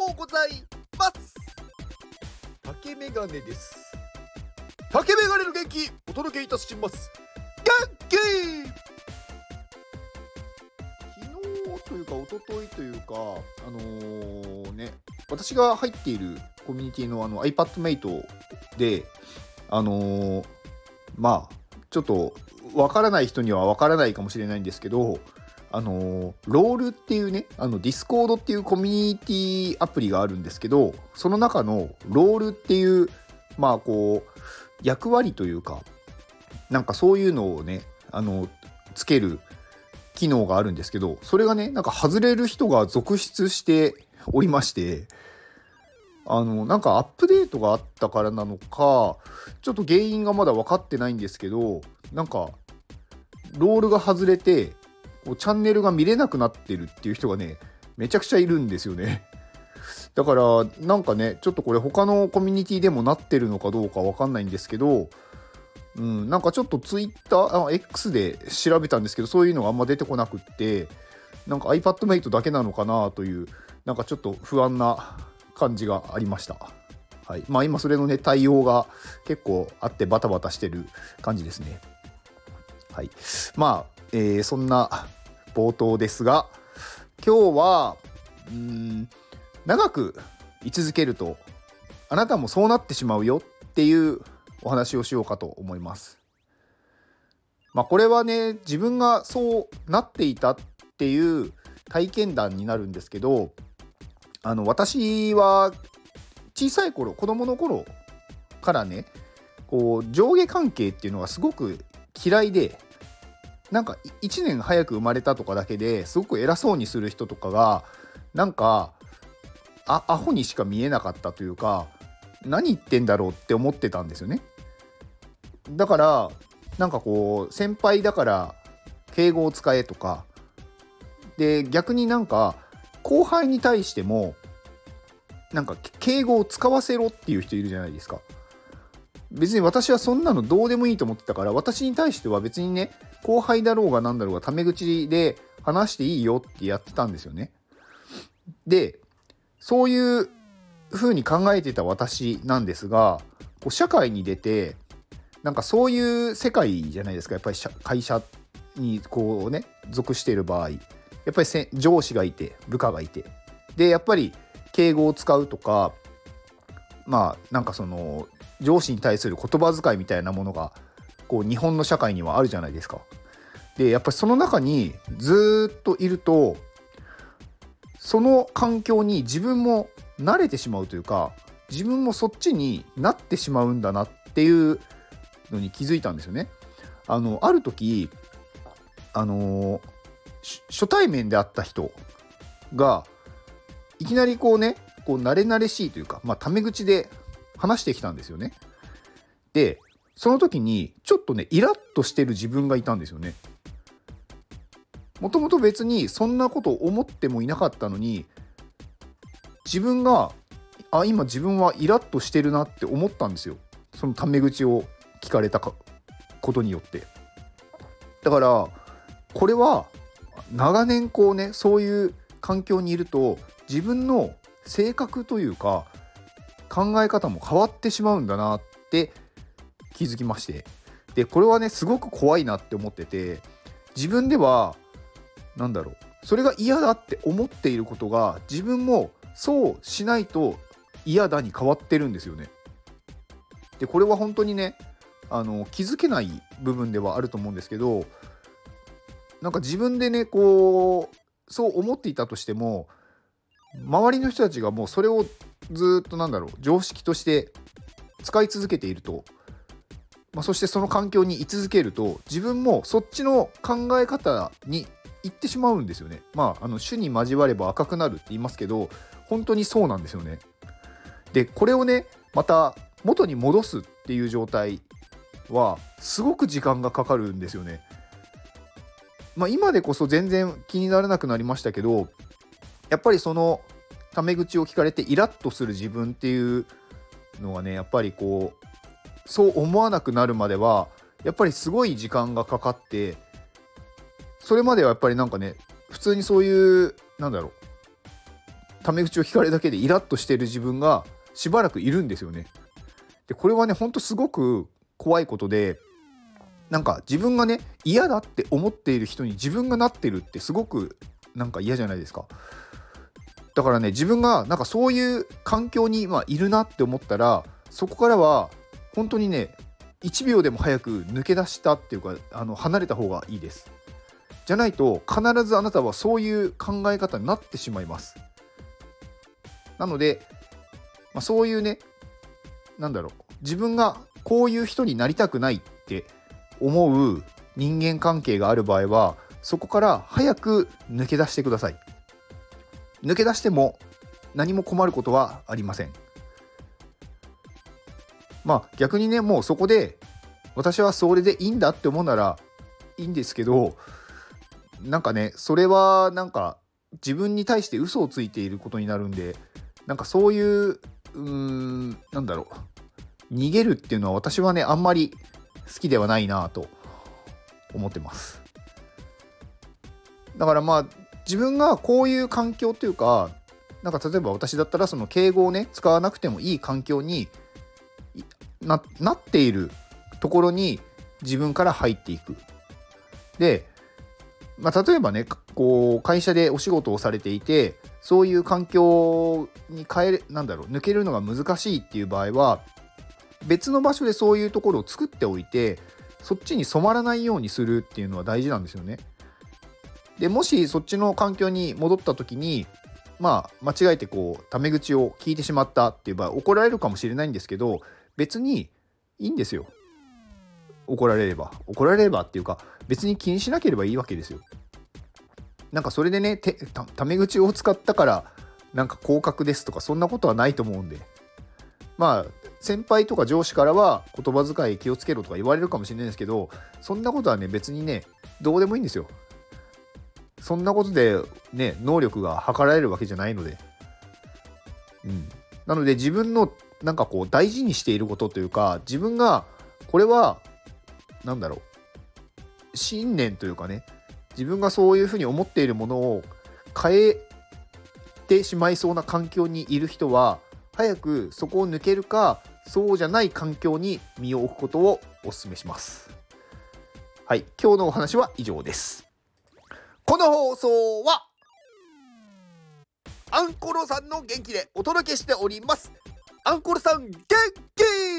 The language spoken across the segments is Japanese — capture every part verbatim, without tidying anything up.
もございます。竹メガネです。竹メガネの元気お届けいたします。元気。昨日というか一昨日というかあのー、ね私が入っているコミュニティのあの iPadMate であのー、まあちょっとわからない人にはわからないかもしれないんですけど、あのロールっていうね、あのディスコードっていうコミュニティアプリがあるんですけど、その中のロールっていうまあこう役割というかなんかそういうのをねあのつける機能があるんですけど、それがねなんか外れる人が続出しておりまして、あのなんかアップデートがあったからなのかちょっと原因がまだ分かってないんですけど、なんかロールが外れてこうチャンネルが見れなくなってるっていう人がねめちゃくちゃいるんですよね。だからなんかねちょっとこれ他のコミュニティでもなってるのかどうか分かんないんですけど、うん、なんかちょっとツイッター、あ X で調べたんですけどそういうのがあんま出てこなくって、なんか iPadMate だけなのかなというなんかちょっと不安な感じがありました。はい、まあ今それのね対応が結構あってバタバタしてる感じですね。はい、まあ、えー、そんな冒頭ですが、今日はうーん長く居続けるとあなたもそうなってしまうよっていうお話をしようかと思います。まあこれはね自分がそうなっていたっていう体験談になるんですけど、あの私は小さい頃子供の頃からねこう上下関係っていうのがすごく嫌いで、なんかいちねん早く生まれたとかだけですごく偉そうにする人とかがなんかあアホにしか見えなかったというか、何言ってんだろうって思ってたんですよね。だからなんかこう先輩だから敬語を使えとかで、逆になんか後輩に対してもなんか敬語を使わせろっていう人いるじゃないですか。別に私はそんなのどうでもいいと思ってたから、私に対しては別にね後輩だろうがなんだろうがタメ口で話していいよってやってたんですよね。でそういう風に考えてた私なんですが、こう社会に出てなんかそういう世界じゃないですか。やっぱり会社にこうね属している場合、やっぱり上司がいて部下がいて、でやっぱり敬語を使うとか、まあなんかその上司に対する言葉遣いみたいなものがこう日本の社会にはあるじゃないですか。でやっぱりその中にずっといるとその環境に自分も慣れてしまうというか、自分もそっちになってしまうんだなっていうのに気づいたんですよね。あのある時あの初対面で会った人がいきなりこうねこう慣れ慣れしいというか、まあタメ口で話してきたんですよね。でその時にちょっとねイラッとしてる自分がいたんですよね。もともと別にそんなこと思ってもいなかったのに、自分があ今自分はイラッとしてるなって思ったんですよ。そのタメ口を聞かれたことによって。だからこれは長年こうねそういう環境にいると自分の性格というか考え方も変わってしまうんだなって気づきまして、でこれはねすごく怖いなって思ってて、自分ではなんだろうそれが嫌だって思っていることが自分もそうしないと嫌だに変わってるんですよね。でこれは本当にねあの気づけない部分ではあると思うんですけど、なんか自分でねこうそう思っていたとしても周りの人たちがもうそれをずっとなんだろう常識として使い続けていると、まあ、そしてその環境に居続けると自分もそっちの考え方に行ってしまうんですよね。まああの種に交われば赤くなるって言いますけど本当にそうなんですよね。でこれをねまた元に戻すっていう状態はすごく時間がかかるんですよね。まあ今でこそ全然気にならなくなりましたけど、やっぱりそのタメ口を聞かれてイラッとする自分っていうのはねやっぱりこうそう思わなくなるまではやっぱりすごい時間がかかって、それまではやっぱりなんかね普通にそういうなんだろうタメ口を聞かれるだけでイラッとしてる自分がしばらくいるんですよね。でこれはねほんとすごく怖いことで、なんか自分がね嫌だって思っている人に自分がなってるってすごくなんか嫌じゃないですか。だからね、自分がなんかそういう環境に今いるなって思ったら、そこからは本当にねいちびょうでも早く抜け出したっていうか、あの離れた方がいいです。じゃないと必ずあなたはそういう考え方になってしまいます。なので、まあ、そういうね、なんだろう、自分がこういう人になりたくないって思う人間関係がある場合は、そこから早く抜け出してください。抜け出しても何も困ることはありません。まあ逆にね、もうそこで私はそれでいいんだって思うならいいんですけど、なんかね、それはなんか自分に対して嘘をついていることになるんで、なんかそういう、うーん、なんだろう、逃げるっていうのは私はね、あんまり好きではないなと思ってます。だからまあ、自分がこういう環境というか、なんか例えば私だったらその敬語をね、使わなくてもいい環境に な, なっているところに自分から入っていく。で、まあ、例えばね、こう会社でお仕事をされていて、そういう環境に変える、なんだろう、抜けるのが難しいっていう場合は、別の場所でそういうところを作っておいて、そっちに染まらないようにするっていうのは大事なんですよね。でもしそっちの環境に戻った時に、まあ間違えてこうタメ口を聞いてしまったっていう場合、怒られるかもしれないんですけど、別にいいんですよ。怒られれば怒られればっていうか、別に気にしなければいいわけですよ。なんかそれでね、てたタメ口を使ったからなんか降格ですとか、そんなことはないと思うんで、まあ先輩とか上司からは言葉遣い気をつけろとか言われるかもしれないですけど、そんなことはね別にねどうでもいいんですよ。そんなことでね能力が測られるわけじゃないので、うん、なので自分のなんかこう大事にしていることというか、自分がこれはなんだろう、信念というかね、自分がそういうふうに思っているものを変えてしまいそうな環境にいる人は、早くそこを抜けるか、そうじゃない環境に身を置くことをお勧めします。はい、今日のお話は以上です。この放送はアンコロさんの元気でお届けしております。アンコロさん元気、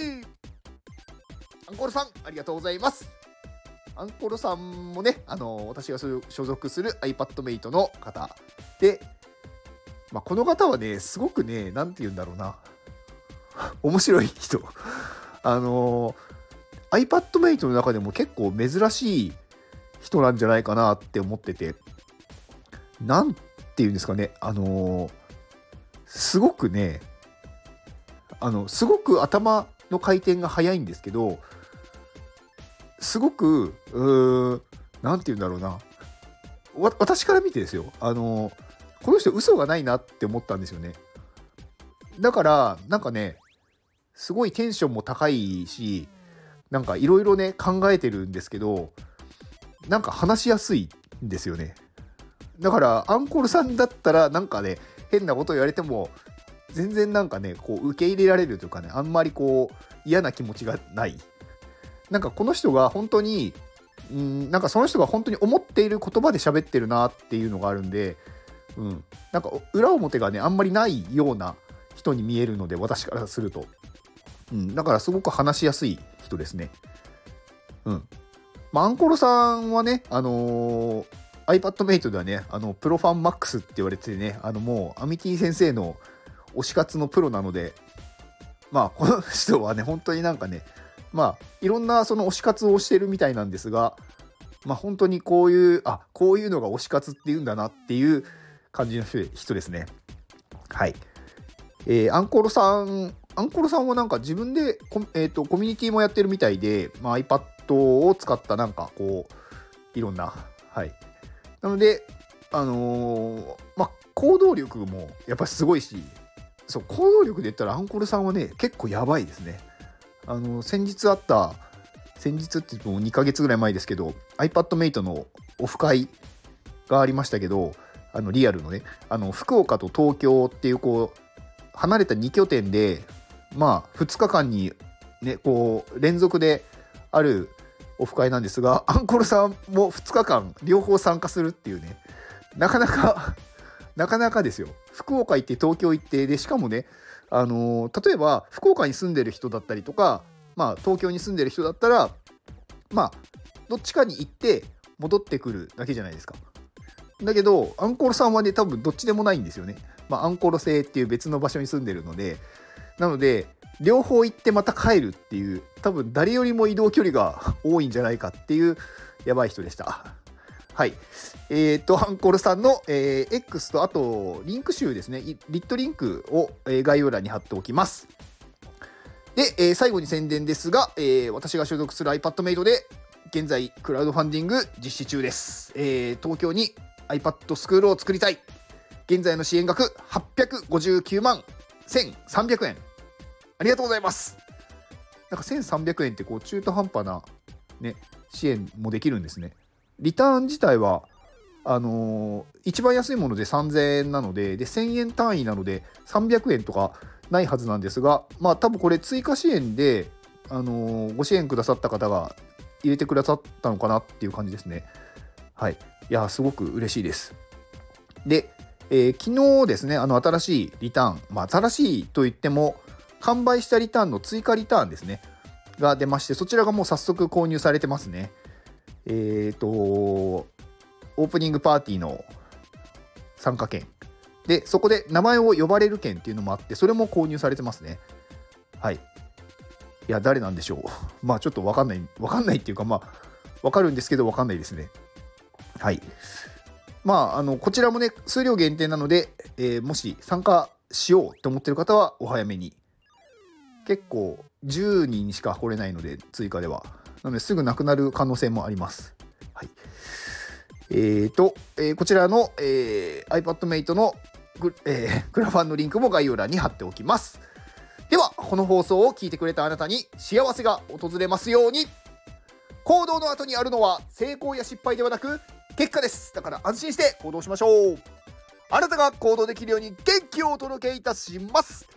アンコロさんありがとうございます。アンコロさんもね、あの私が所属する iPadMate の方で、まあ、この方はねすごくね、なんて言うんだろうな、面白い人あの iPadMate の中でも結構珍しい人なんじゃないかなって思ってて、なんて言うんですかね、あのー、すごくね、あのすごく頭の回転が速いんですけど、すごくうーなんて言うんだろうな、わ私から見てですよ、あのー、この人嘘がないなって思ったんですよね。だからなんかね、すごいテンションも高いし、なんかいろいろね考えてるんですけど、なんか話しやすいんですよね。だからアンコールさんだったらなんかね、変なこと言われても全然なんかねこう受け入れられるというかね、あんまりこう嫌な気持ちがない。なんかこの人が本当にんなんかその人が本当に思っている言葉で喋ってるなっていうのがあるんで、うん、なんか裏表がねあんまりないような人に見えるので、私からすると、うん、だからすごく話しやすい人ですね。うん。まあ、アンコロさんはね、あのー、iPadMate ではね、あのプロファンマックスって言われててね、あのもうアミティ先生の推し活のプロなので、まあこの人はね本当になんかね、まあいろんなその推し活をしてるみたいなんですが、まあ本当にこういうあこういうのが推し活っていうんだなっていう感じの人ですね。はい。えー、アンコロさんアンコロさんはなんか自分でコ、えーと、コミュニティもやってるみたいで、まあ、iPad を使ったなんかこういろんな、はい。なので、あのー、まあ行動力もやっぱりすごいし、そう行動力で言ったらアンコロさんはね結構やばいですね。あの先日あった先日ってもうにかげつぐらい前ですけど、 iPadMate のオフ会がありましたけど、 あのリアルのね、あの福岡と東京っていうこう離れたに拠点で、まあふつかかんにねこう連続であるオフ会なんですが、アンコールさんもふつかかん両方参加するっていうね、なかなかなかなかですよ。福岡行って東京行ってで、しかもね、あのー、例えば福岡に住んでる人だったりとか、まあ東京に住んでる人だったら、まあどっちかに行って戻ってくるだけじゃないですか。だけどアンコールさんはね、多分どっちでもないんですよね。まあ、アンコール星っていう別の場所に住んでるので、なので両方行ってまた帰るっていう、多分誰よりも移動距離が多いんじゃないかっていうやばい人でした。はい。えっと、アンコールさんの、えー、X とあとリンク集ですね、リットリンクを、えー、概要欄に貼っておきます。で、えー、最後に宣伝ですが、えー、私が所属する iPadMate で現在クラウドファンディング実施中です。えー、東京に iPad スクールを作りたい。現在の支援額はっぴゃくごじゅうきゅうまんせんさんびゃくえん。ありがとうございます。なんかせんさんびゃくえんってこう中途半端な、ね、支援もできるんですね。リターン自体はあのー、一番安いものでさんぜんえんなので、でせんえん単位なのでさんびゃくえんとかないはずなんですが、まあ多分これ追加支援で、あのー、ご支援くださった方が入れてくださったのかなっていう感じですね。はい。いやすごく嬉しいです。で、えー、昨日ですね、あの新しいリターン、まあ新しいといっても完売したリターンの追加リターンですねが出まして、そちらがもう早速購入されてますね。えっとオープニングパーティーの参加券で、そこで名前を呼ばれる券っていうのもあって、それも購入されてますね。はい。いや誰なんでしょう。まあちょっと分かんない分かんないっていうか、まあ分かるんですけど分かんないですね。はい。まああのこちらもね数量限定なので、えー、もし参加しようと思ってる方はお早めに。結構じゅうにんしか来れないので追加では、なのですぐなくなる可能性もあります。はい。えーと、えー、こちらの、えー、iPadMate のグ、えー、クラファンのリンクも概要欄に貼っておきます。ではこの放送を聞いてくれたあなたに幸せが訪れますように。行動の後にあるのは成功や失敗ではなく結果です。だから安心して行動しましょう。あなたが行動できるように元気をお届けいたします。